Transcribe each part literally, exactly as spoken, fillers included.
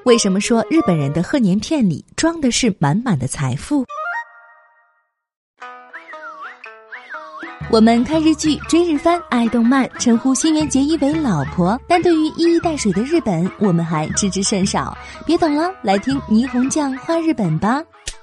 为什么说日本人的贺年片里装的是满满的财富？我们看日剧、追日番、爱动漫，称呼新垣结衣为老婆，但对于一衣带水的日本，我们还知之甚少。别等了，来听霓虹酱画日本吧。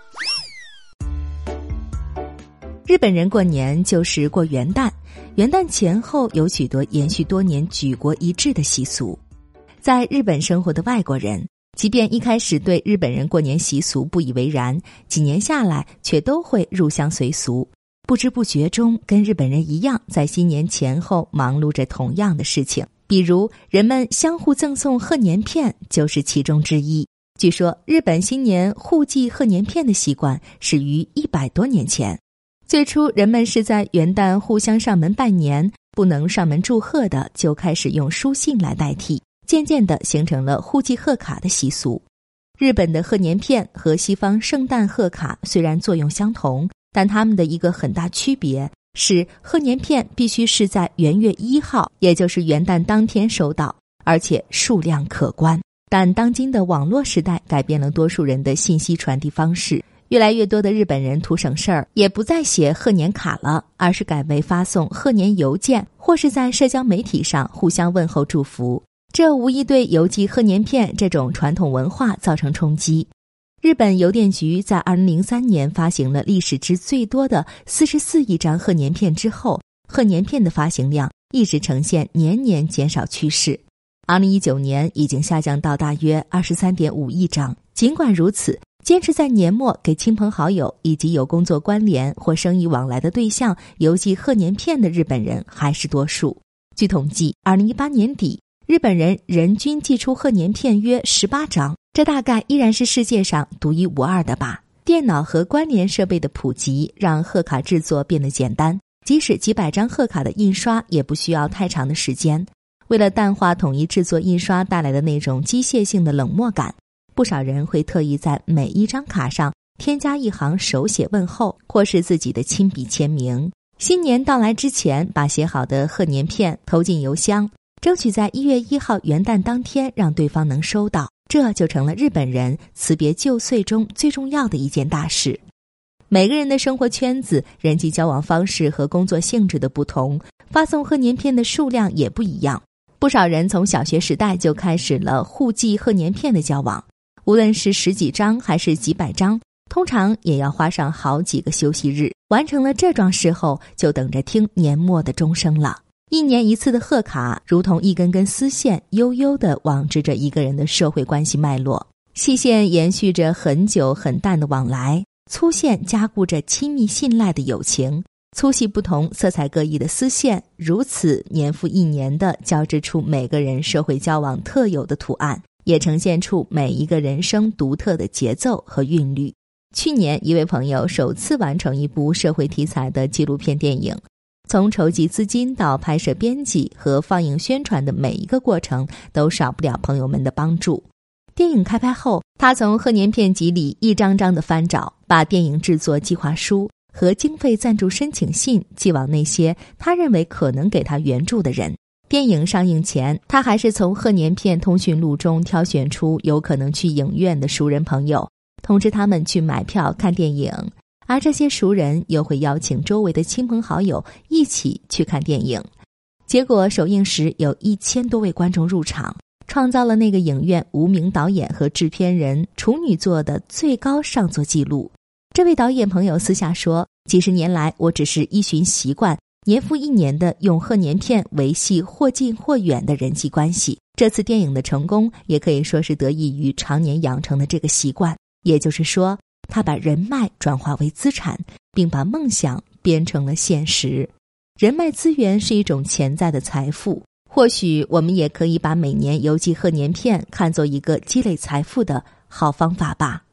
日本人过年就是过元旦，元旦前后有许多延续多年举国一致的习俗。在日本生活的外国人，即便一开始对日本人过年习俗不以为然，几年下来却都会入乡随俗，不知不觉中跟日本人一样，在新年前后忙碌着同样的事情。比如人们相互赠送贺年片就是其中之一。据说日本新年互寄贺年片的习惯始于一百多年前。最初人们是在元旦互相上门拜年，不能上门祝贺的就开始用书信来代替，渐渐地形成了互寄贺卡的习俗。日本的贺年片和西方圣诞贺卡虽然作用相同，但它们的一个很大区别是贺年片必须是在元月一号，也就是元旦当天收到，而且数量可观。但当今的网络时代改变了多数人的信息传递方式，越来越多的日本人图省事儿，也不再写贺年卡了，而是改为发送贺年邮件，或是在社交媒体上互相问候祝福。这无疑对邮寄贺年片这种传统文化造成冲击。日本邮电局在二零零三年发行了历史之最多的四十四亿张贺年片之后，贺年片的发行量一直呈现年年减少趋势。二零一九年已经下降到大约二十三点五亿张。尽管如此，坚持在年末给亲朋好友以及有工作关联或生意往来的对象邮寄贺年片的日本人还是多数。据统计，二零一八年底，日本人人均寄出贺年片约十八张，这大概依然是世界上独一无二的吧。电脑和关联设备的普及让贺卡制作变得简单，即使几百张贺卡的印刷也不需要太长的时间。为了淡化统一制作印刷带来的那种机械性的冷漠感，不少人会特意在每一张卡上添加一行手写问候，或是自己的亲笔签名。新年到来之前，把写好的贺年片投进邮箱，争取在一月一号元旦当天让对方能收到，这就成了日本人辞别旧岁中最重要的一件大事。每个人的生活圈子、人际交往方式和工作性质的不同，发送贺年片的数量也不一样。不少人从小学时代就开始了互寄贺年片的交往，无论是十几张还是几百张，通常也要花上好几个休息日。完成了这桩事后，就等着听年末的钟声了。一年一次的贺卡如同一根根丝线，悠悠地网织着一个人的社会关系脉络。细线延续着很久很淡的往来，粗线加固着亲密信赖的友情。粗细不同、色彩各异的丝线，如此年复一年地交织出每个人社会交往特有的图案，也呈现出每一个人生独特的节奏和韵律。去年，一位朋友首次完成一部社会题材的纪录片电影，从筹集资金到拍摄、编辑和放映宣传的每一个过程，都少不了朋友们的帮助。电影开拍后，他从贺年片集里一张张的翻找，把电影制作计划书和经费赞助申请信寄往那些他认为可能给他援助的人。电影上映前，他还是从贺年片通讯录中挑选出有可能去影院的熟人朋友，通知他们去买票看电影，而这些熟人又会邀请周围的亲朋好友一起去看电影。结果首映时有一千多位观众入场，创造了那个影院无名导演和制片人处女作的最高上座纪录。这位导演朋友私下说，几十年来我只是依循习惯，年复一年的用贺年片维系或近或远的人际关系。这次电影的成功也可以说是得益于常年养成的这个习惯，也就是说，他把人脉转化为资产，并把梦想变成了现实。人脉资源是一种潜在的财富，或许我们也可以把每年邮寄贺年片看作一个积累财富的好方法吧。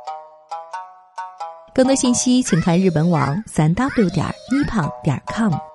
更多信息请看日本网 三 w 点 nippon 点 com。